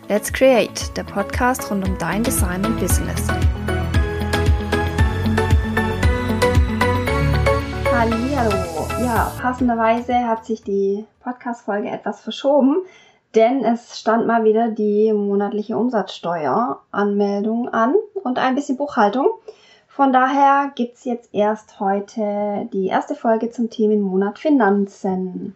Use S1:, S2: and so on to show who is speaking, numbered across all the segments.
S1: Let's Create, der Podcast rund um dein Design und Business.
S2: Hallihallo. Ja, passenderweise hat sich die Podcast-Folge etwas verschoben, denn es stand mal wieder die monatliche Umsatzsteueranmeldung an und ein bisschen Buchhaltung. Von daher gibt's jetzt erst heute die erste Folge zum Themenmonat Finanzen.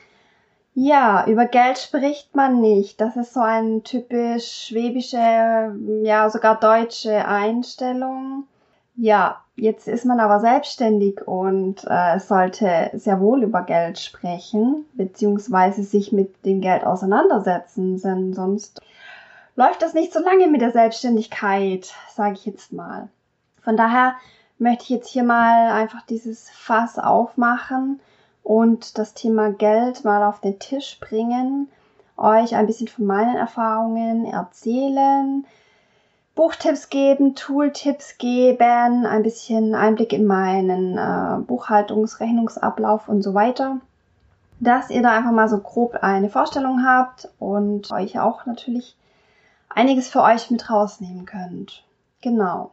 S2: Ja, über Geld spricht man nicht. Das ist so eine typisch schwäbische, ja sogar deutsche Einstellung. Ja, jetzt ist man aber selbstständig und sollte sehr wohl über Geld sprechen, beziehungsweise sich mit dem Geld auseinandersetzen, denn sonst läuft das nicht so lange mit der Selbstständigkeit, sage ich jetzt mal. Von daher möchte ich jetzt hier mal einfach dieses Fass aufmachen und das Thema Geld mal auf den Tisch bringen, euch ein bisschen von meinen Erfahrungen erzählen, Buchtipps geben, Tooltipps geben, ein bisschen Einblick in meinen Buchhaltungsrechnungsablauf und so weiter, dass ihr da einfach mal so grob eine Vorstellung habt und euch auch natürlich einiges für euch mit rausnehmen könnt. Genau.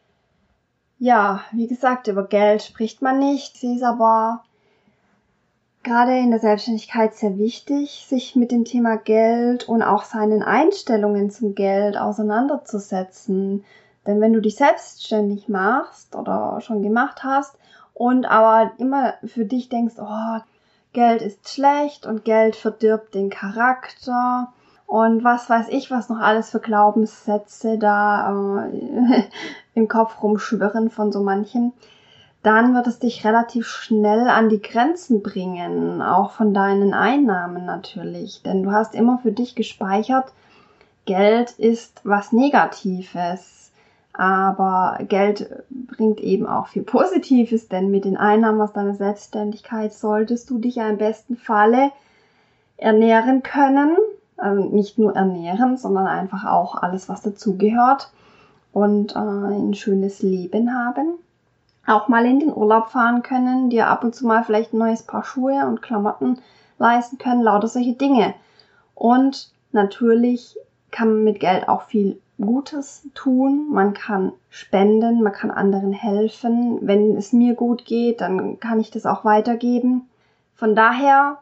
S2: Ja, wie gesagt, über Geld spricht man nicht. Ich sehe es aber gerade in der Selbstständigkeit sehr wichtig, sich mit dem Thema Geld und auch seinen Einstellungen zum Geld auseinanderzusetzen. Denn wenn du dich selbstständig machst oder schon gemacht hast und aber immer für dich denkst, oh, Geld ist schlecht und Geld verdirbt den Charakter und was weiß ich, was noch alles für Glaubenssätze da im Kopf rumschwirren von so manchen, dann wird es dich relativ schnell an die Grenzen bringen, auch von deinen Einnahmen natürlich. Denn du hast immer für dich gespeichert, Geld ist was Negatives, aber Geld bringt eben auch viel Positives, denn mit den Einnahmen aus deiner Selbstständigkeit solltest du dich ja im besten Falle ernähren können. Also nicht nur ernähren, sondern einfach auch alles, was dazugehört und ein schönes Leben haben. Auch mal in den Urlaub fahren können, dir ab und zu mal vielleicht ein neues Paar Schuhe und Klamotten leisten können, lauter solche Dinge. Und natürlich kann man mit Geld auch viel Gutes tun. Man kann spenden, man kann anderen helfen. Wenn es mir gut geht, dann kann ich das auch weitergeben. Von daher,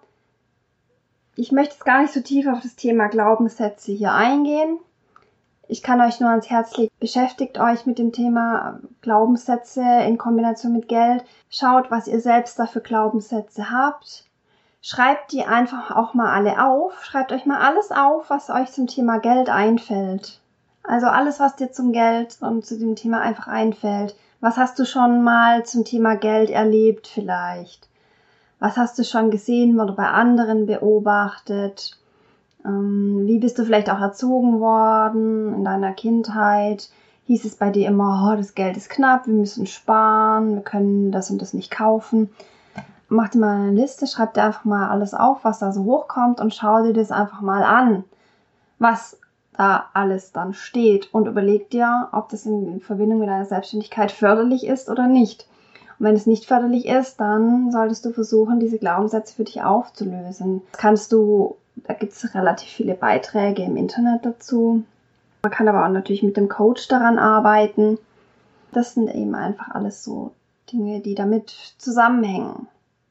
S2: ich möchte jetzt gar nicht so tief auf das Thema Glaubenssätze hier eingehen. Ich kann euch nur ans Herz legen, beschäftigt euch mit dem Thema Glaubenssätze in Kombination mit Geld. Schaut, was ihr selbst da für Glaubenssätze habt. Schreibt die einfach auch mal alle auf. Schreibt euch mal alles auf, was euch zum Thema Geld einfällt. Also alles, was dir zum Geld und zu dem Thema einfach einfällt. Was hast du schon mal zum Thema Geld erlebt vielleicht? Was hast du schon gesehen oder bei anderen beobachtet? Wie bist du vielleicht auch erzogen worden in deiner Kindheit? Hieß es bei dir immer, oh, das Geld ist knapp, wir müssen sparen, wir können das und das nicht kaufen. Mach dir mal eine Liste, schreib dir einfach mal alles auf, was da so hochkommt und schau dir das einfach mal an, was da alles dann steht und überleg dir, ob das in Verbindung mit deiner Selbstständigkeit förderlich ist oder nicht. Und wenn es nicht förderlich ist, dann solltest du versuchen, diese Glaubenssätze für dich aufzulösen. Das kannst du, da gibt es relativ viele Beiträge im Internet dazu. Man kann aber auch natürlich mit dem Coach daran arbeiten. Das sind eben einfach alles so Dinge, die damit zusammenhängen.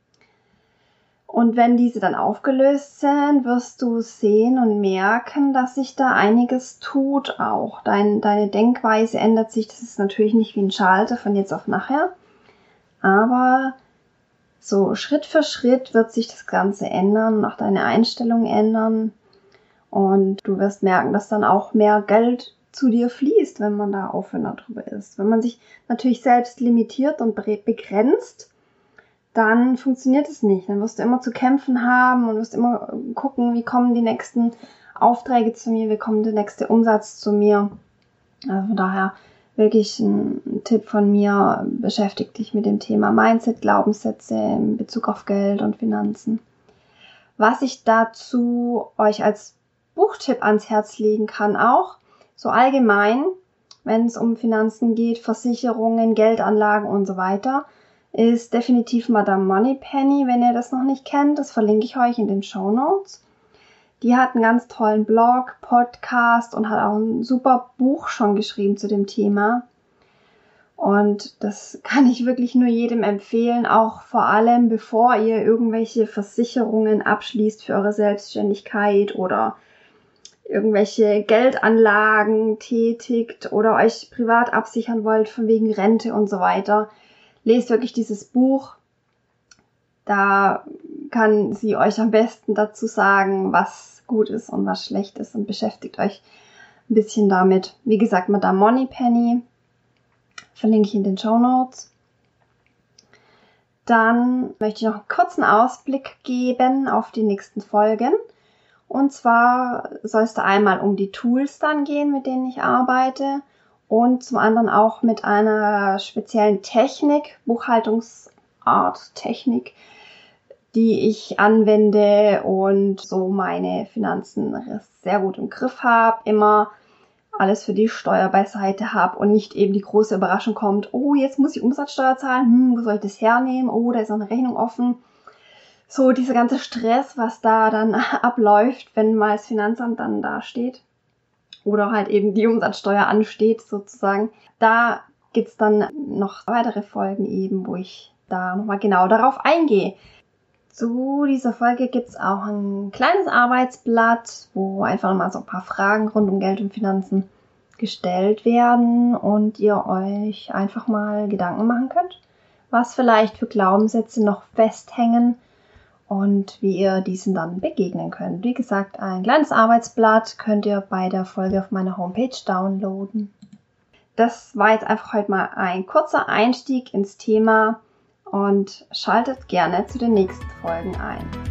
S2: Und wenn diese dann aufgelöst sind, wirst du sehen und merken, dass sich da einiges tut auch. Deine Denkweise ändert sich. Das ist natürlich nicht wie ein Schalter von jetzt auf nachher. Aber so Schritt für Schritt wird sich das Ganze ändern, auch deine Einstellung ändern. Und du wirst merken, dass dann auch mehr Geld zu dir fließt, wenn man da offener drüber ist. Wenn man sich natürlich selbst limitiert und begrenzt, dann funktioniert es nicht. Dann wirst du immer zu kämpfen haben und wirst immer gucken, wie kommen die nächsten Aufträge zu mir, wie kommt der nächste Umsatz zu mir. Also von daher wirklich ein Tipp von mir, beschäftigt dich mit dem Thema Mindset, Glaubenssätze in Bezug auf Geld und Finanzen. Was ich dazu euch als Buchtipp ans Herz legen kann auch, so allgemein, wenn es um Finanzen geht, Versicherungen, Geldanlagen und so weiter, ist definitiv Madame Moneypenny, wenn ihr das noch nicht kennt. Das verlinke ich euch in den Shownotes. Die hat einen ganz tollen Blog, Podcast und hat auch ein super Buch schon geschrieben zu dem Thema. Und das kann ich wirklich nur jedem empfehlen, auch vor allem bevor ihr irgendwelche Versicherungen abschließt für eure Selbstständigkeit oder irgendwelche Geldanlagen tätigt oder euch privat absichern wollt von wegen Rente und so weiter. Lest wirklich dieses Buch. Da kann sie euch am besten dazu sagen, was gut ist und was schlecht ist und beschäftigt euch ein bisschen damit. Wie gesagt, Madame Moneypenny verlinke ich in den Shownotes. Dann möchte ich noch einen kurzen Ausblick geben auf die nächsten Folgen. Und zwar soll es da einmal um die Tools dann gehen, mit denen ich arbeite und zum anderen auch mit einer speziellen Technik, Buchhaltungsart, Technik, die ich anwende und so meine Finanzen sehr gut im Griff habe, immer alles für die Steuer beiseite habe und nicht eben die große Überraschung kommt, oh, jetzt muss ich Umsatzsteuer zahlen, wo soll ich das hernehmen, oh, da ist noch eine Rechnung offen. So dieser ganze Stress, was da dann abläuft, wenn mal das Finanzamt dann da steht oder halt eben die Umsatzsteuer ansteht sozusagen. Da gibt's dann noch weitere Folgen eben, wo ich da nochmal genau darauf eingehe. Zu dieser Folge gibt's auch ein kleines Arbeitsblatt, wo einfach mal so ein paar Fragen rund um Geld und Finanzen gestellt werden und ihr euch einfach mal Gedanken machen könnt, was vielleicht für Glaubenssätze noch festhängen und wie ihr diesen dann begegnen könnt. Wie gesagt, ein kleines Arbeitsblatt könnt ihr bei der Folge auf meiner Homepage downloaden. Das war jetzt einfach heute mal ein kurzer Einstieg ins Thema und schaltet gerne zu den nächsten Folgen ein.